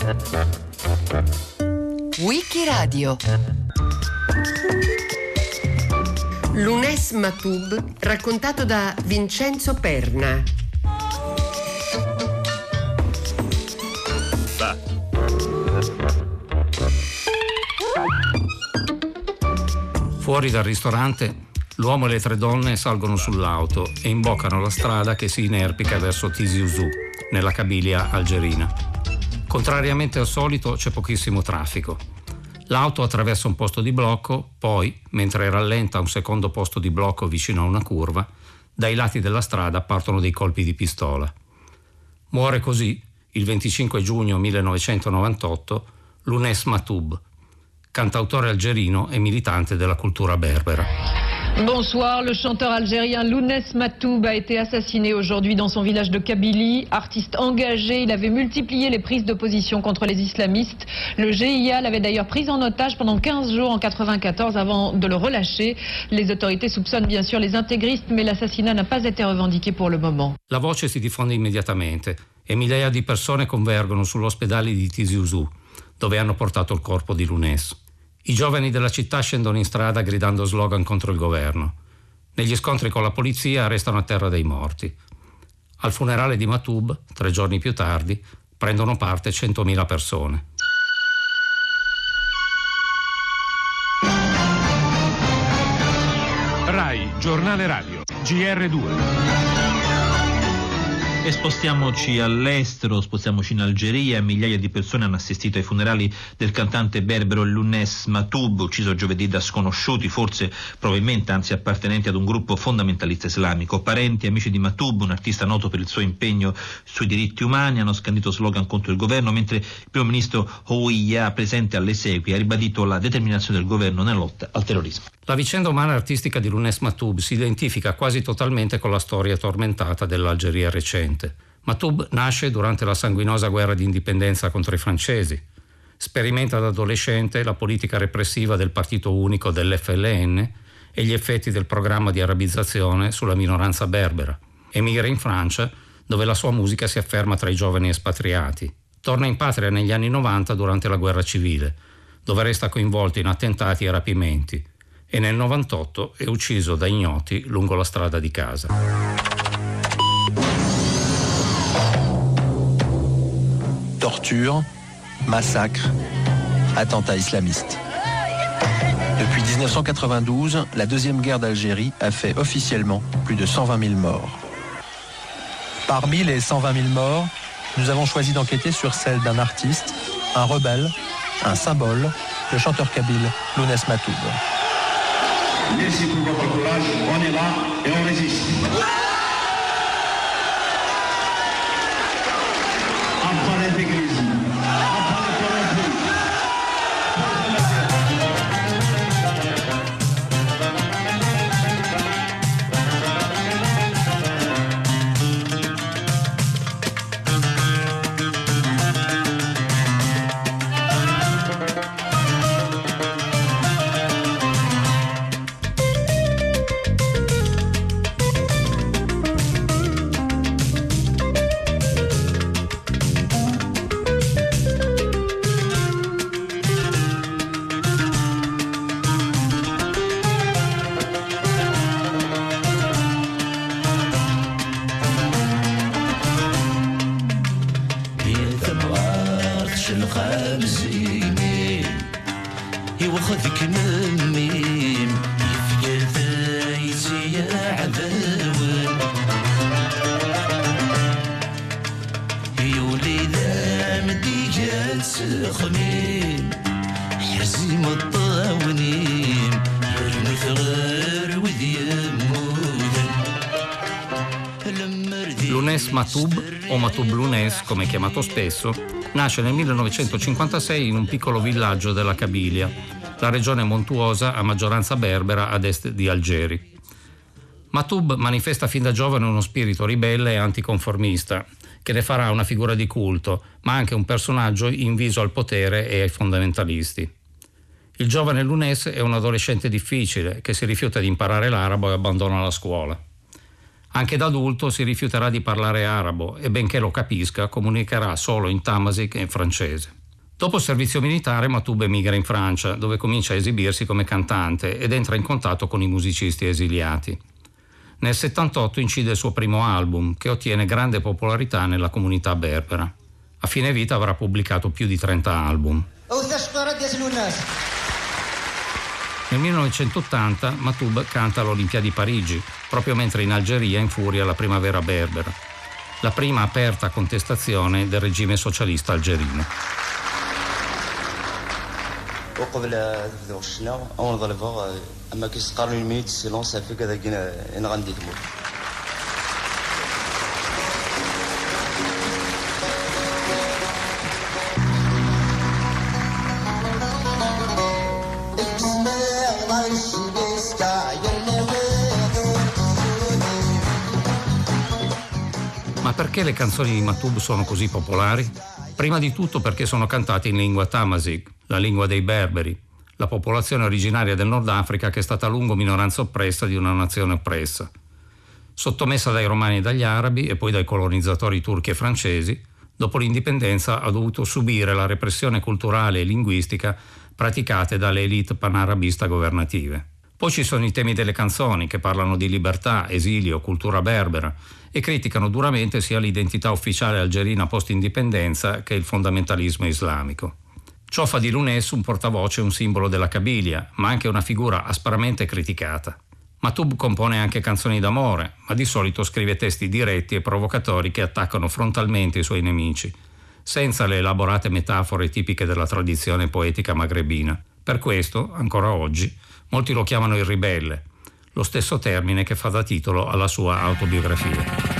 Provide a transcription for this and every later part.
Wikiradio. L'Unes Matoub raccontato da Vincenzo Perna. Fuori dal ristorante, l'uomo e le tre donne salgono sull'auto e imboccano la strada che si inerpica verso Tizi Ouzou, nella Kabilia algerina. Contrariamente al solito c'è pochissimo traffico. L'auto attraversa un posto di blocco, poi, mentre rallenta a un secondo posto di blocco vicino a una curva, dai lati della strada partono dei colpi di pistola. Muore così, il 25 giugno 1998, l'Unes Matoub, cantautore algerino e militante della cultura berbera. Bonsoir, le chanteur algérien L'Unes Matoub a été assassiné aujourd'hui dans son village de Kabylie. Artiste engagé, il avait multiplié les prises de position contre les islamistes. Le GIA l'avait d'ailleurs pris en otage pendant 15 jours en 1994 avant de le relâcher. Les autorités soupçonnent bien sûr les intégristes, mais l'assassinat n'a pas été revendiqué pour le moment. La voce si diffonde immediatamente e migliaia di persone convergono sull'ospedale di Tizi Ouzou, dove hanno portato il corpo di L'Unes. I giovani della città scendono in strada gridando slogan contro il governo. Negli scontri con la polizia restano a terra dei morti. Al funerale di Matoub, 3 giorni più tardi, prendono parte 100.000 persone. RAI, giornale radio, GR2. E spostiamoci all'estero, spostiamoci in Algeria. Migliaia di persone hanno assistito ai funerali del cantante berbero L'Unes Matoub, ucciso giovedì da sconosciuti, forse probabilmente anzi appartenenti ad un gruppo fondamentalista islamico. Parenti e amici di Matoub, un artista noto per il suo impegno sui diritti umani, hanno scandito slogan contro il governo, mentre il primo ministro Houya, presente alle esequie, ha ribadito la determinazione del governo nella lotta al terrorismo. La vicenda umana artistica di L'Unes Matoub si identifica quasi totalmente con la storia tormentata dell'Algeria recente. Matoub nasce durante la sanguinosa guerra di indipendenza contro i francesi. Sperimenta da adolescente la politica repressiva del partito unico dell'FLN e gli effetti del programma di arabizzazione sulla minoranza berbera. Emigra in Francia, dove la sua musica si afferma tra i giovani espatriati. Torna in patria negli anni 90 durante la guerra civile, dove resta coinvolto in attentati e rapimenti, e nel 98 è ucciso da ignoti lungo la strada di casa. Torture, massacre, attentats islamistes. Depuis 1992, la deuxième guerre d'Algérie a fait officiellement plus de 120 000 morts. Parmi les 120 000 morts, nous avons choisi d'enquêter sur celle d'un artiste, un rebelle, un symbole, le chanteur kabyle L'Unes Matoub. Merci pour votre courage, on est là et on résiste. Après l'intégrisme, après le corrompu. يوخذك نميم يفقدايتي يا عذاون يولي ذا مديجات سخنين حزيم الطاونين يرمي ثغار وذي يمودن. L'Unes Matoub, o Matoub L'Unes come è chiamato spesso, nasce nel 1956 in un piccolo villaggio della Kabilia, la regione montuosa a maggioranza berbera ad est di Algeri. Matoub manifesta fin da giovane uno spirito ribelle e anticonformista, che ne farà una figura di culto, ma anche un personaggio inviso al potere e ai fondamentalisti. Il giovane L'Unes è un adolescente difficile, che si rifiuta di imparare l'arabo e abbandona la scuola. Anche da adulto si rifiuterà di parlare arabo e benché lo capisca comunicherà solo in tamazic e in francese. Dopo il servizio militare, Matoub emigra in Francia, dove comincia a esibirsi come cantante ed entra in contatto con i musicisti esiliati. Nel 78 incide il suo primo album, che ottiene grande popolarità nella comunità berbera. A fine vita avrà pubblicato più di 30 album. Nel 1980 Matoub canta all'Olimpiadi di Parigi, proprio mentre in Algeria infuria la primavera berbera, la prima aperta contestazione del regime socialista algerino. وقبل وشنا اول ضربه اما كيسقرني المينيت سيلونس صافي كذا كاين غندي تموت Ma perché le canzoni di Matoub sono così popolari? Prima di tutto perché sono cantate in lingua Tamazight, la lingua dei berberi, la popolazione originaria del Nord Africa che è stata a lungo minoranza oppressa di una nazione oppressa. Sottomessa dai romani e dagli arabi e poi dai colonizzatori turchi e francesi, dopo l'indipendenza ha dovuto subire la repressione culturale e linguistica praticate dalle elite panarabista governative. Poi ci sono i temi delle canzoni che parlano di libertà, esilio, cultura berbera e criticano duramente sia l'identità ufficiale algerina post-indipendenza che il fondamentalismo islamico. Ciò fa di Lounès un portavoce e un simbolo della Kabilia, ma anche una figura aspramente criticata. Matoub compone anche canzoni d'amore, ma di solito scrive testi diretti e provocatori che attaccano frontalmente i suoi nemici, senza le elaborate metafore tipiche della tradizione poetica magrebina. Per questo, ancora oggi, molti lo chiamano il ribelle, lo stesso termine che fa da titolo alla sua autobiografia.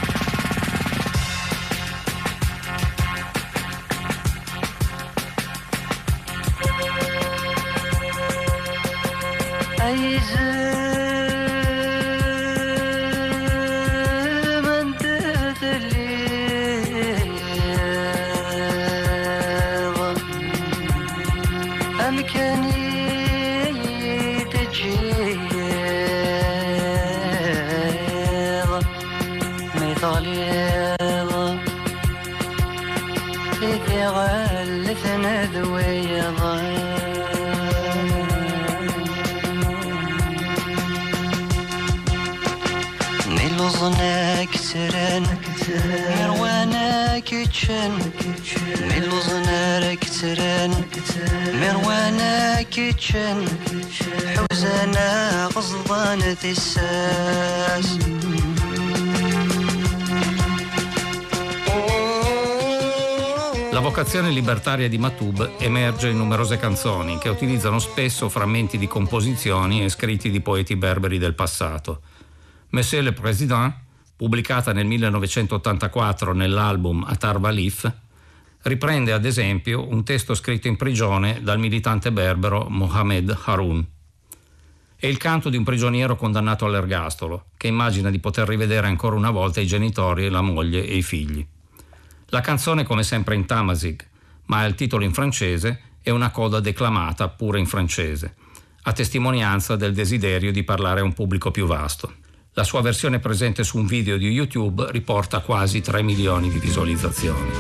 La vocazione libertaria di Matoub emerge in numerose canzoni che utilizzano spesso frammenti di composizioni e scritti di poeti berberi del passato. Monsieur le Président, pubblicata nel 1984 nell'album Atar Valif, riprende ad esempio un testo scritto in prigione dal militante berbero Mohamed Haroun. È il canto di un prigioniero condannato all'ergastolo, che immagina di poter rivedere ancora una volta i genitori, la moglie e i figli. La canzone, come sempre in Tamazight, ma ha il titolo in francese e una coda declamata pure in francese, a testimonianza del desiderio di parlare a un pubblico più vasto. La sua versione presente su un video di YouTube riporta quasi 3 milioni di visualizzazioni.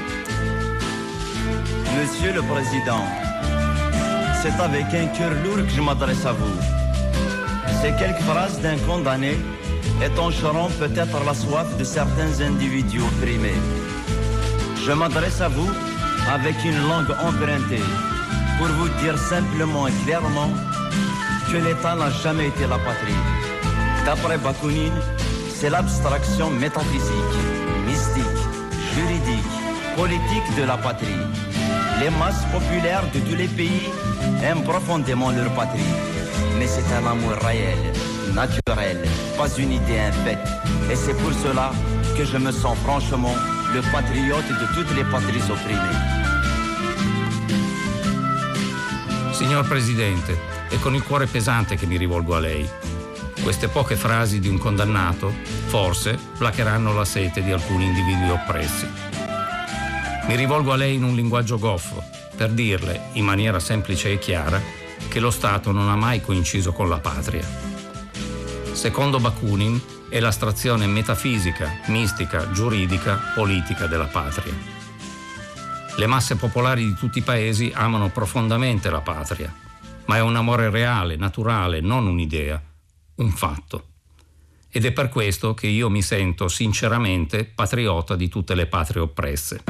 Monsieur le Président, c'est avec un cœur lourd que je m'adresse à vous. Ces quelques phrases d'un condamné étancheront peut-être la soif de certains individus opprimés. Je m'adresse à vous avec une langue empruntée pour vous dire simplement et clairement que l'État n'a jamais été la patrie. D'après Bakounine, c'est l'abstraction métaphysique, mystique, juridique, politique de la patrie. Les masses populaires de tous les pays aiment profondément leur patrie. Mais c'est un amour réel, naturel, pas une idée infecte. Et c'est pour cela que je me sens franchement le patriote de toutes les patries opprimées. Signor Presidente, è con il cuore pesante che mi rivolgo a lei. Queste poche frasi di un condannato, forse, placheranno la sete di alcuni individui oppressi. Mi rivolgo a lei in un linguaggio goffo, per dirle, in maniera semplice e chiara, che lo Stato non ha mai coinciso con la patria. Secondo Bakunin, è l'astrazione metafisica, mistica, giuridica, politica della patria. Le masse popolari di tutti i paesi amano profondamente la patria, ma è un amore reale, naturale, non un'idea, un fatto. Ed è per questo che io mi sento sinceramente patriota di tutte le patrie oppresse.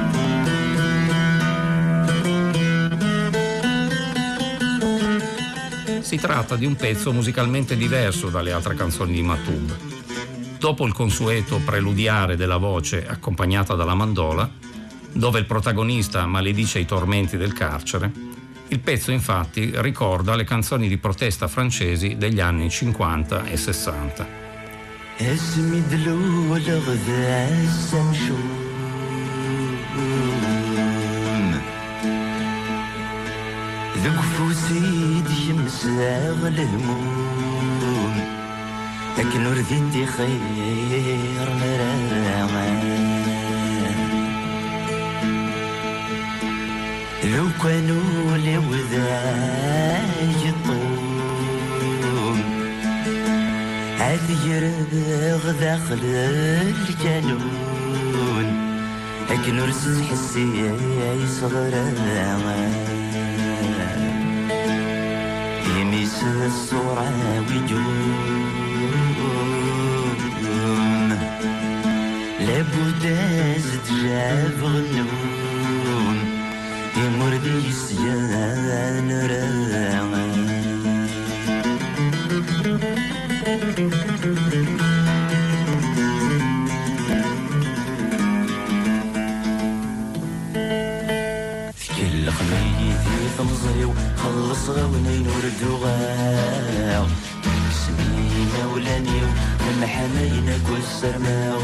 Si tratta di un pezzo musicalmente diverso dalle altre canzoni di Matoub. Dopo il consueto preludiare della voce accompagnata dalla mandola, dove il protagonista maledice i tormenti del carcere, il pezzo infatti ricorda le canzoni di protesta francesi degli anni 50 e 60. ذوق فوسيد يمساغ الهموم لكن ورديتي خير مرامان لو كانوا لوذاي الطوم عاد يرغ داخل الجنون لكن ورسز حسي يصغر يميس الصورة ويجوم لابد زد جاب غنون يمر دي السيان راغان كل خميتي تمزريو خلص غونين وردوغاو سمينا ولانيو لما حماينك والسرماو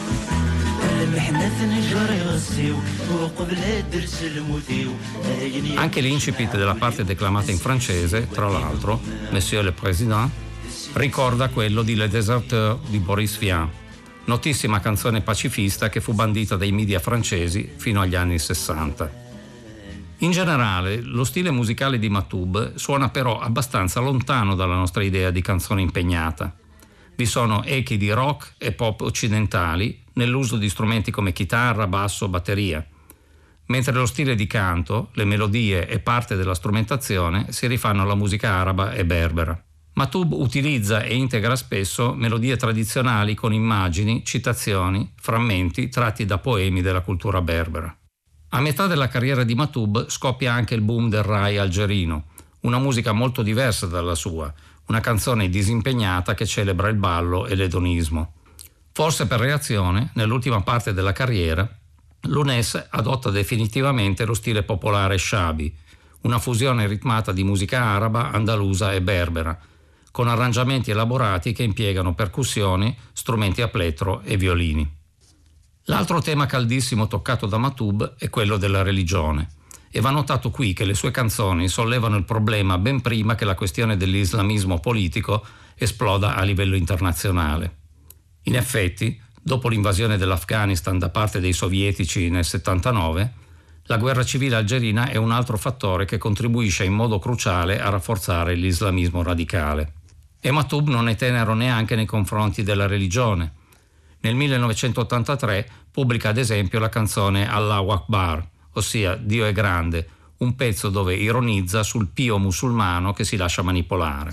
Anche l'incipit della parte declamata in francese, tra l'altro, Monsieur le Président, ricorda quello di Le Déserteur di Boris Vian, notissima canzone pacifista che fu bandita dai media francesi fino agli anni 60. In generale, lo stile musicale di Matoub suona però abbastanza lontano dalla nostra idea di canzone impegnata. Vi sono echi di rock e pop occidentali nell'uso di strumenti come chitarra, basso, batteria, mentre lo stile di canto, le melodie e parte della strumentazione si rifanno alla musica araba e berbera. Matoub utilizza e integra spesso melodie tradizionali con immagini, citazioni, frammenti tratti da poemi della cultura berbera. A metà della carriera di Matoub scoppia anche il boom del Rai algerino, una musica molto diversa dalla sua, una canzone disimpegnata che celebra il ballo e l'edonismo. Forse per reazione, nell'ultima parte della carriera, l'UNES adotta definitivamente lo stile popolare shabi, una fusione ritmata di musica araba, andalusa e berbera, con arrangiamenti elaborati che impiegano percussioni, strumenti a plettro e violini. L'altro tema caldissimo toccato da Matoub è quello della religione, e va notato qui che le sue canzoni sollevano il problema ben prima che la questione dell'islamismo politico esploda a livello internazionale. In effetti, dopo l'invasione dell'Afghanistan da parte dei sovietici nel 79, la guerra civile algerina è un altro fattore che contribuisce in modo cruciale a rafforzare l'islamismo radicale. E Matoub non è tenero neanche nei confronti della religione. Nel 1983 pubblica ad esempio la canzone Allahu Akbar, ossia Dio è grande, un pezzo dove ironizza sul pio musulmano che si lascia manipolare.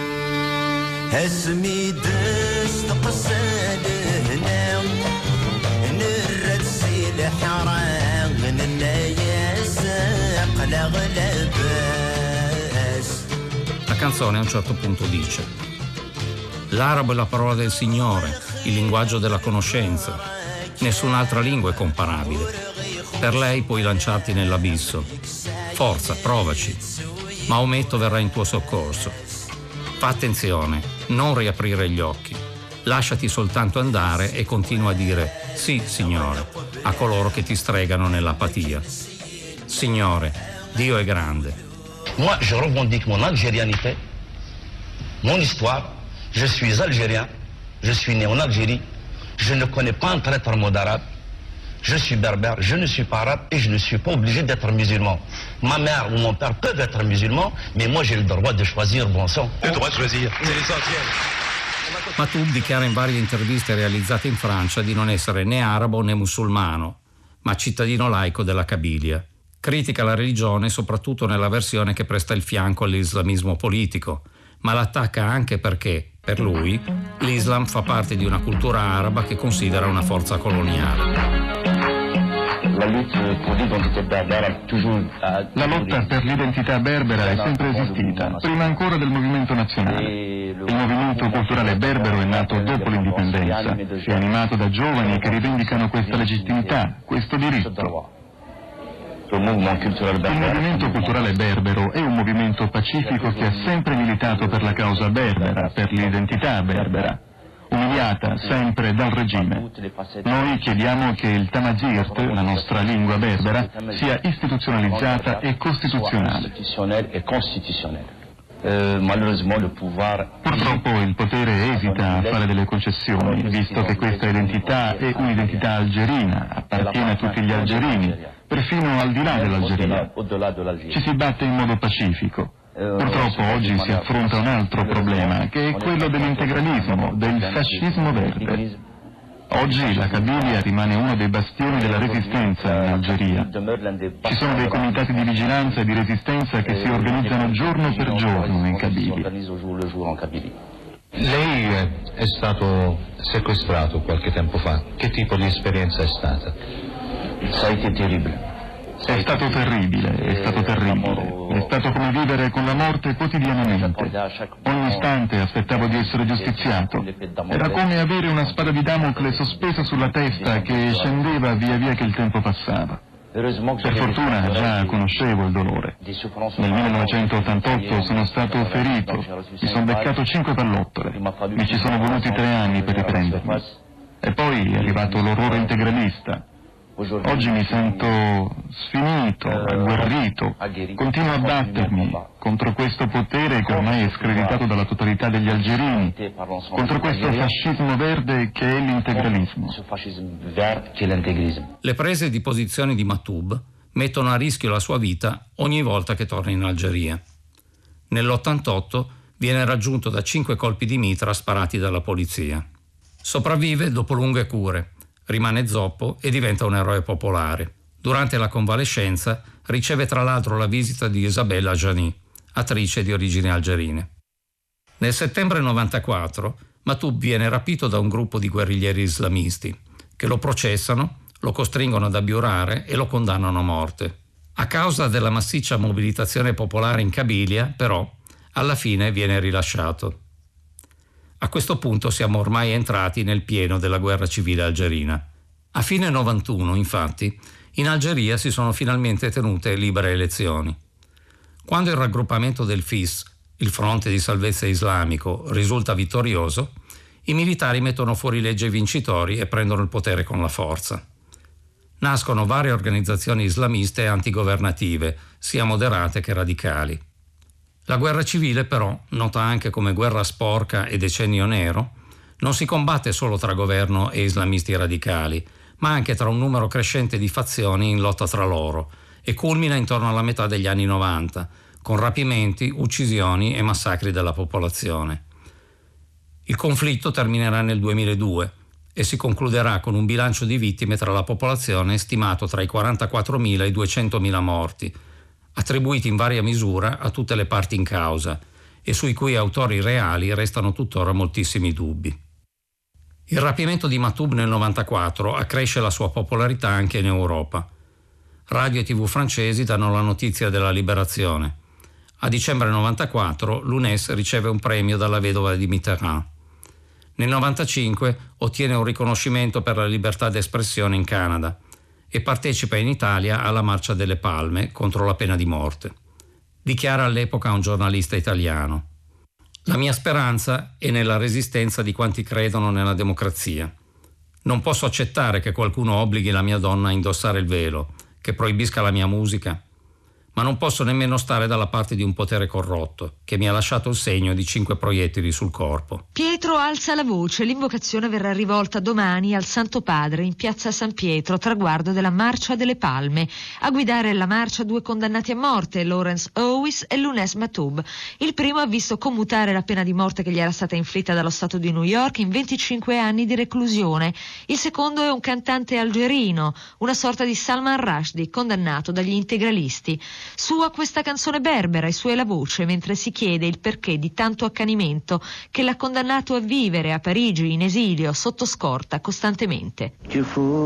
La canzone a un certo punto dice: l'arabo è la parola del Signore, il linguaggio della conoscenza. Nessun'altra lingua è comparabile. Per lei puoi lanciarti nell'abisso. Forza, provaci. Maometto verrà in tuo soccorso. Fa attenzione, non riaprire gli occhi. Lasciati soltanto andare e continua a dire sì, Signore, a coloro che ti stregano nell'apatia. Signore, Dio è grande. Moi, je revendique mon algérianité, mon histoire. Je suis algérien, je suis né en Algérie. Je ne connais pas un traître mot d'arabe. Je suis berbère, je ne suis pas arabe et je ne suis pas obligé d'être musulman. Ma mère ou mon père peuvent être musulmans, mais moi j'ai le droit de choisir, bon sang. Le droit de choisir, c'est l'essentiel. Matoub dichiara in varie interviste realizzate in Francia di non essere né arabo né musulmano, ma cittadino laico della Kabilia. Critica la religione soprattutto nella versione che presta il fianco all'islamismo politico, ma l'attacca anche perché, per lui, l'Islam fa parte di una cultura araba che considera una forza coloniale. La lotta per l'identità berbera è sempre esistita, prima ancora del movimento nazionale. Il movimento culturale berbero è nato dopo l'indipendenza, è animato da giovani che rivendicano questa legittimità, questo diritto. Il movimento culturale berbero è un movimento pacifico che ha sempre militato per la causa berbera, per l'identità berbera, umiliata sempre dal regime. Noi chiediamo che il Tamazirt, la nostra lingua berbera, sia istituzionalizzata e costituzionale. Purtroppo il potere esita a fare delle concessioni, visto che questa identità è un'identità algerina, appartiene a tutti gli algerini, perfino al di là dell'Algeria. Ci si batte in modo pacifico. Purtroppo oggi si affronta un altro problema, che è quello dell'integralismo, del fascismo verde. Oggi la Kabilia rimane uno dei bastioni della resistenza in Algeria. Ci sono dei comitati di vigilanza e di resistenza che si organizzano giorno per giorno in Kabilia. Lei è stato sequestrato qualche tempo fa. Che tipo di esperienza è stata? È stato terribile, è stato terribile. È stato come vivere con la morte quotidianamente. Ogni istante aspettavo di essere giustiziato. Era come avere una spada di Damocle sospesa sulla testa che scendeva via via che il tempo passava. Per fortuna già conoscevo il dolore. Nel 1988 sono stato ferito, mi sono beccato 5 pallottole. Mi ci sono voluti 3 anni per riprendermi. E poi è arrivato l'orrore integralista. Oggi mi sento sfinito, agguerrito, continuo a battermi contro questo potere che ormai è screditato dalla totalità degli algerini, contro questo fascismo verde che è l'integralismo. Le prese di posizione di Matoub mettono a rischio la sua vita ogni volta che torna in Algeria. Nell'88 viene raggiunto da 5 colpi di mitra sparati dalla polizia. Sopravvive dopo lunghe cure. Rimane zoppo e diventa un eroe popolare. Durante la convalescenza riceve tra l'altro la visita di Isabella Jani, attrice di origini algerine. Nel settembre 94 Matoub viene rapito da un gruppo di guerriglieri islamisti che lo processano, lo costringono ad abiurare e lo condannano a morte. A causa della massiccia mobilitazione popolare in Kabilia, però, alla fine viene rilasciato. A questo punto siamo ormai entrati nel pieno della guerra civile algerina. A fine 91, infatti, in Algeria si sono finalmente tenute libere elezioni. Quando il raggruppamento del FIS, il Fronte di Salvezza Islamico, risulta vittorioso, i militari mettono fuori legge i vincitori e prendono il potere con la forza. Nascono varie organizzazioni islamiste antigovernative, sia moderate che radicali. La guerra civile, però, nota anche come guerra sporca e decennio nero, non si combatte solo tra governo e islamisti radicali, ma anche tra un numero crescente di fazioni in lotta tra loro, e culmina intorno alla metà degli anni 90, con rapimenti, uccisioni e massacri della popolazione. Il conflitto terminerà nel 2002 e si concluderà con un bilancio di vittime tra la popolazione stimato tra i 44.000 e i 200.000 morti, attribuiti in varia misura a tutte le parti in causa e sui cui autori reali restano tuttora moltissimi dubbi. Il rapimento di Matoub nel 94 accresce la sua popolarità anche in Europa. Radio e TV francesi danno la notizia della liberazione. A dicembre 94 l'UNES riceve un premio dalla vedova di Mitterrand. Nel 95 ottiene un riconoscimento per la libertà d'espressione in Canada e partecipa in Italia alla Marcia delle Palme contro la pena di morte. Dichiara all'epoca un giornalista italiano: «La mia speranza è nella resistenza di quanti credono nella democrazia. Non posso accettare che qualcuno obblighi la mia donna a indossare il velo, che proibisca la mia musica. ma non posso nemmeno stare dalla parte di un potere corrotto, che mi ha lasciato il segno di 5 proiettili sul corpo. Pietro alza la voce, l'invocazione verrà rivolta domani al Santo Padre in piazza San Pietro, traguardo della Marcia delle Palme. A guidare la marcia 2 condannati a morte, Lawrence Owis e Lounès Matoub. Il primo ha visto commutare la pena di morte che gli era stata inflitta dallo Stato di New York in 25 anni di reclusione. Il secondo è un cantante algerino, una sorta di Salman Rushdie, condannato dagli integralisti. Sua questa canzone berbera e sua è la voce mentre si chiede il perché di tanto accanimento che l'ha condannato a vivere a Parigi in esilio sotto scorta costantemente. Il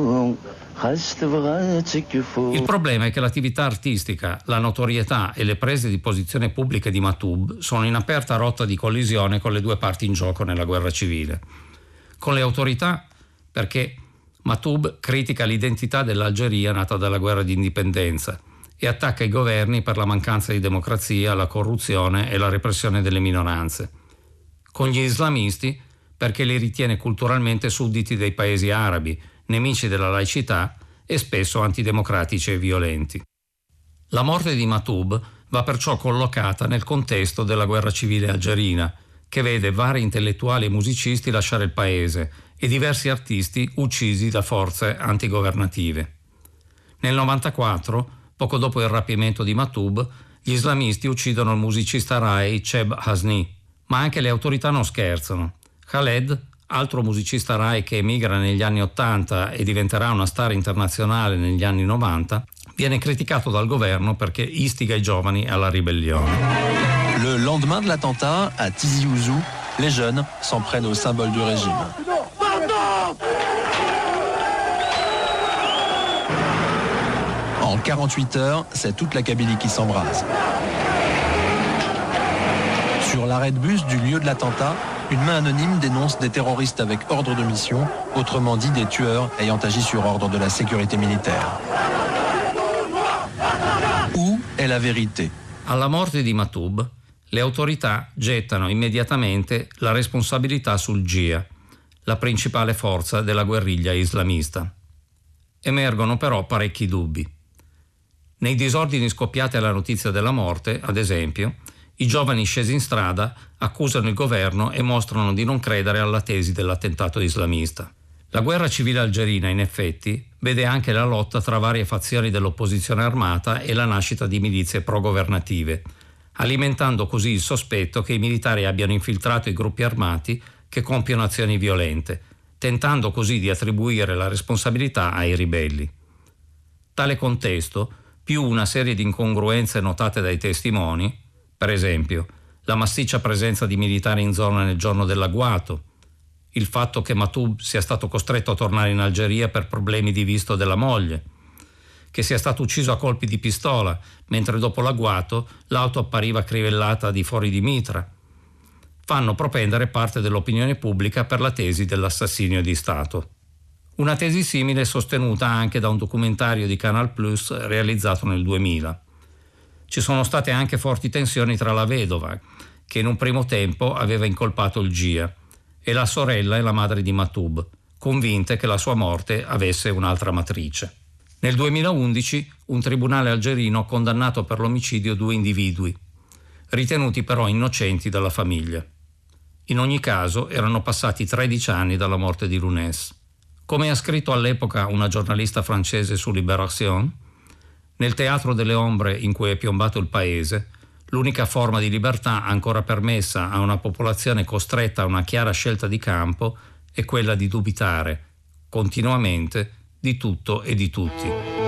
problema è che l'attività artistica, la notorietà e le prese di posizione pubbliche di Matoub sono in aperta rotta di collisione con le 2 parti in gioco nella guerra civile. Con le autorità perché Matoub critica l'identità dell'Algeria nata dalla guerra di indipendenza e attacca i governi per la mancanza di democrazia, la corruzione e la repressione delle minoranze. Con gli islamisti perché li ritiene culturalmente sudditi dei paesi arabi, nemici della laicità e spesso antidemocratici e violenti. La morte di Matoub va perciò collocata nel contesto della guerra civile algerina, che vede vari intellettuali e musicisti lasciare il paese e diversi artisti uccisi da forze antigovernative. Nel 1994, poco dopo il rapimento di Matoub, gli islamisti uccidono il musicista Rai Cheb Hasni, ma anche le autorità non scherzano. Khaled, altro musicista Rai che emigra negli anni 80 e diventerà una star internazionale negli anni 90, viene criticato dal governo perché istiga i giovani alla ribellione. Le lendemain de l'attentat, à Tizi Ouzou, les jeunes s'en prennent au symbole du régime. En 48 heures, c'est toute la Kabylie qui s'embrase. Sur l'arrêt de bus du lieu de l'attentat, une main anonyme dénonce des terroristes avec ordre de mission, autrement dit des tueurs ayant agi sur ordre de la sécurité militaire. Où est la vérité? Alla morte di Matoub, le autorità gettano immediatamente la responsabilità sul GIA, la principale forza della guerriglia islamista. Emergono però parecchi dubbi. Nei disordini scoppiati alla notizia della morte, ad esempio, i giovani scesi in strada accusano il governo e mostrano di non credere alla tesi dell'attentato islamista. La guerra civile algerina, in effetti, vede anche la lotta tra varie fazioni dell'opposizione armata e la nascita di milizie pro-governative, alimentando così il sospetto che i militari abbiano infiltrato i gruppi armati che compiono azioni violente, tentando così di attribuire la responsabilità ai ribelli. Tale contesto, più una serie di incongruenze notate dai testimoni, per esempio la massiccia presenza di militari in zona nel giorno dell'agguato, il fatto che Matoub sia stato costretto a tornare in Algeria per problemi di visto della moglie, che sia stato ucciso a colpi di pistola, mentre dopo l'agguato l'auto appariva crivellata di fori di mitra, fanno propendere parte dell'opinione pubblica per la tesi dell'assassinio di Stato. Una tesi simile è sostenuta anche da un documentario di Canal Plus realizzato nel 2000. Ci sono state anche forti tensioni tra la vedova, che in un primo tempo aveva incolpato il GIA, e la sorella e la madre di Matoub, convinte che la sua morte avesse un'altra matrice. Nel 2011 un tribunale algerino ha condannato per l'omicidio 2 individui, ritenuti però innocenti dalla famiglia. In ogni caso erano passati 13 anni dalla morte di Lounès. Come ha scritto all'epoca una giornalista francese su Libération, nel teatro delle ombre in cui è piombato il paese, l'unica forma di libertà ancora permessa a una popolazione costretta a una chiara scelta di campo è quella di dubitare continuamente di tutto e di tutti.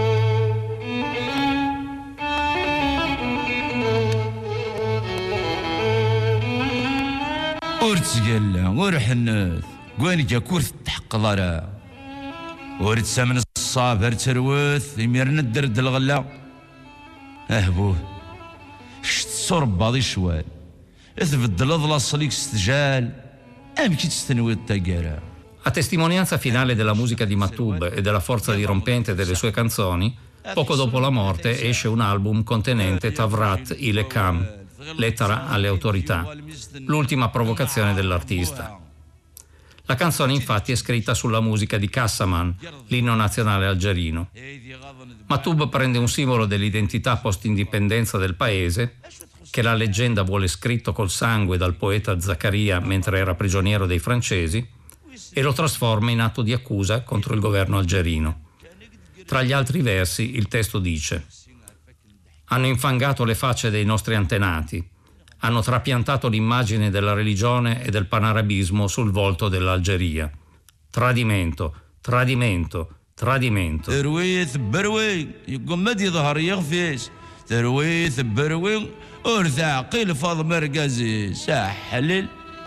ورتقلا ورحنث قوانجا كورث تحقلارا ورتسامن الصافر تروث يميرن الدرد الغلا اهبوه شت صرب بعض شوال اثبدل اضلا صليك استجال امكي تستنوي التقارا. A testimonianza finale della musica di Matoub e della forza dirompente delle sue canzoni, poco dopo la morte esce un album contenente Tavrat ile Kam, lettera alle autorità, l'ultima provocazione dell'artista. La canzone infatti è scritta sulla musica di Cassaman, l'inno nazionale algerino. Matoub prende un simbolo dell'identità post-indipendenza del paese, che la leggenda vuole scritto col sangue dal poeta Zaccaria mentre era prigioniero dei francesi, e lo trasforma in atto di accusa contro il governo algerino. Tra gli altri versi il testo dice: «Hanno infangato le facce dei nostri antenati, hanno trapiantato l'immagine della religione e del panarabismo sul volto dell'Algeria. Tradimento, tradimento, tradimento». ترويث بروي يقوم مد يظهر يغفيس ترويث بروي ارثع قيل فاض مرقزي ساحلل.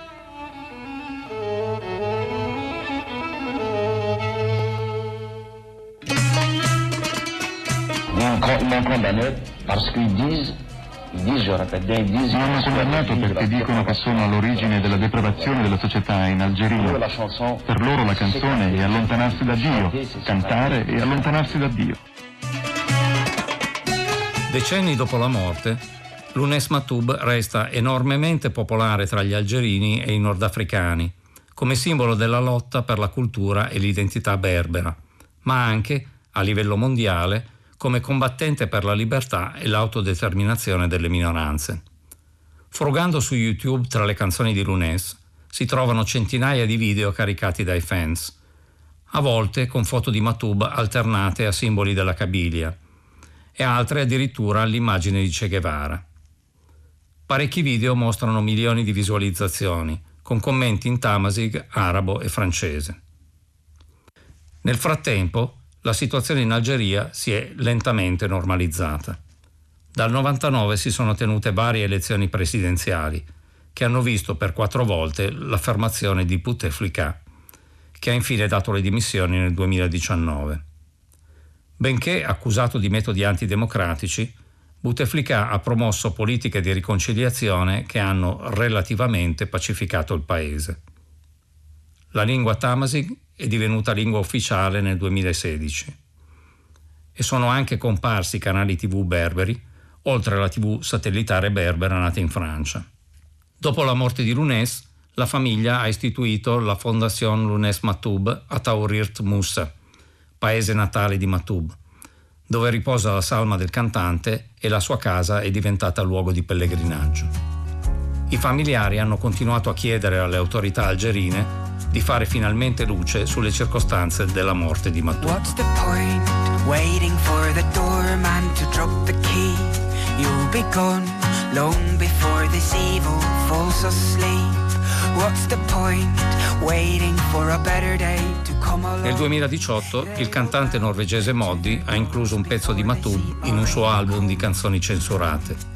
Non condamné parce qu'ils disent, je répète bien, ils disent... Non hanno condannato perché dicono che sono all'origine della depravazione della società in Algeria. Per loro la canzone è allontanarsi da Dio, cantare e allontanarsi da Dio. Decenni dopo la morte, Lounès Matoub resta enormemente popolare tra gli algerini e i nordafricani, come simbolo della lotta per la cultura e l'identità berbera, ma anche, a livello mondiale, come combattente per la libertà e l'autodeterminazione delle minoranze. Frugando su YouTube tra le canzoni di Lounès si trovano centinaia di video caricati dai fans, a volte con foto di Matoub alternate a simboli della Kabilia, e altre addirittura all'immagine di Che Guevara. Parecchi video mostrano milioni di visualizzazioni, con commenti in Tamazight, arabo e francese. Nel frattempo, la situazione in Algeria si è lentamente normalizzata. Dal 99 si sono tenute varie elezioni presidenziali, che hanno visto per 4 volte l'affermazione di Bouteflika, che ha infine dato le dimissioni nel 2019. Benché accusato di metodi antidemocratici, Bouteflika ha promosso politiche di riconciliazione che hanno relativamente pacificato il paese. La lingua Tamazight è divenuta lingua ufficiale nel 2016 e sono anche comparsi canali TV berberi, oltre alla TV satellitare berbera nata in Francia. Dopo la morte di Lounès, la famiglia ha istituito la Fondation Lounès Matoub a Taourirt Moussa, paese natale di Matoub, dove riposa la salma del cantante e la sua casa è diventata luogo di pellegrinaggio. I familiari hanno continuato a chiedere alle autorità algerine di fare finalmente luce sulle circostanze della morte di Matoub. What's the point waiting for the doorman to drop the key? You'll be gone long before this evil falls asleep. What's the point waiting for a better day to come along? Nel 2018 il cantante norvegese Moddi ha incluso un pezzo di Matoub in un suo album di canzoni censurate.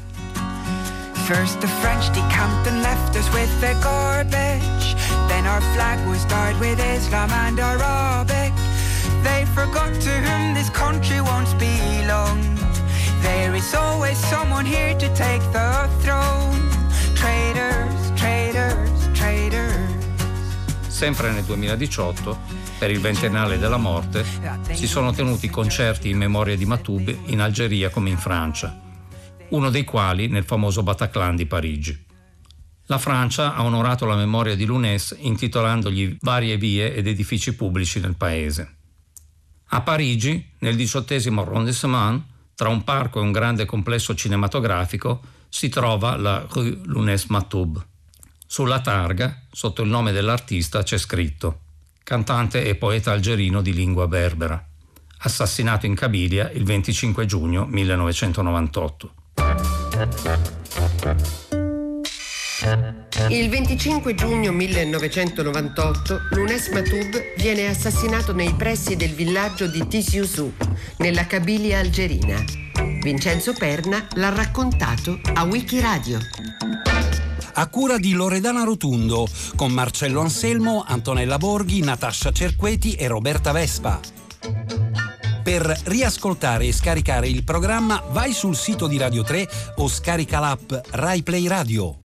First the French decamped and left us with their garbage. Then our flag was dyed with Islam and Arabic. They forgot to whom this country once belonged. There is always someone here to take the throne. Traitors, traitors, traitors. Sempre nel 2018, per il ventennale della morte, si sono tenuti concerti in memoria di Matoub in Algeria come in Francia, uno dei quali nel famoso Bataclan di Parigi. La Francia ha onorato la memoria di Lounès intitolandogli varie vie ed edifici pubblici nel paese. A Parigi, nel 18° arrondissement, tra un parco e un grande complesso cinematografico, si trova la Rue Lounès Matoub. Sulla targa, sotto il nome dell'artista, c'è scritto: cantante e poeta algerino di lingua berbera, assassinato in Kabilia il 25 giugno 1998. Il 25 giugno 1998 Lounès Matoub viene assassinato nei pressi del villaggio di Tizi-Ouzou, nella Kabilia algerina. Vincenzo Perna l'ha raccontato a Wikiradio. A cura di Loredana Rotundo, con Marcello Anselmo, Antonella Borghi, Natascia Cerqueti e Roberta Vespa. Per riascoltare e scaricare il programma vai sul sito di Radio 3 o scarica l'app Rai Play Radio.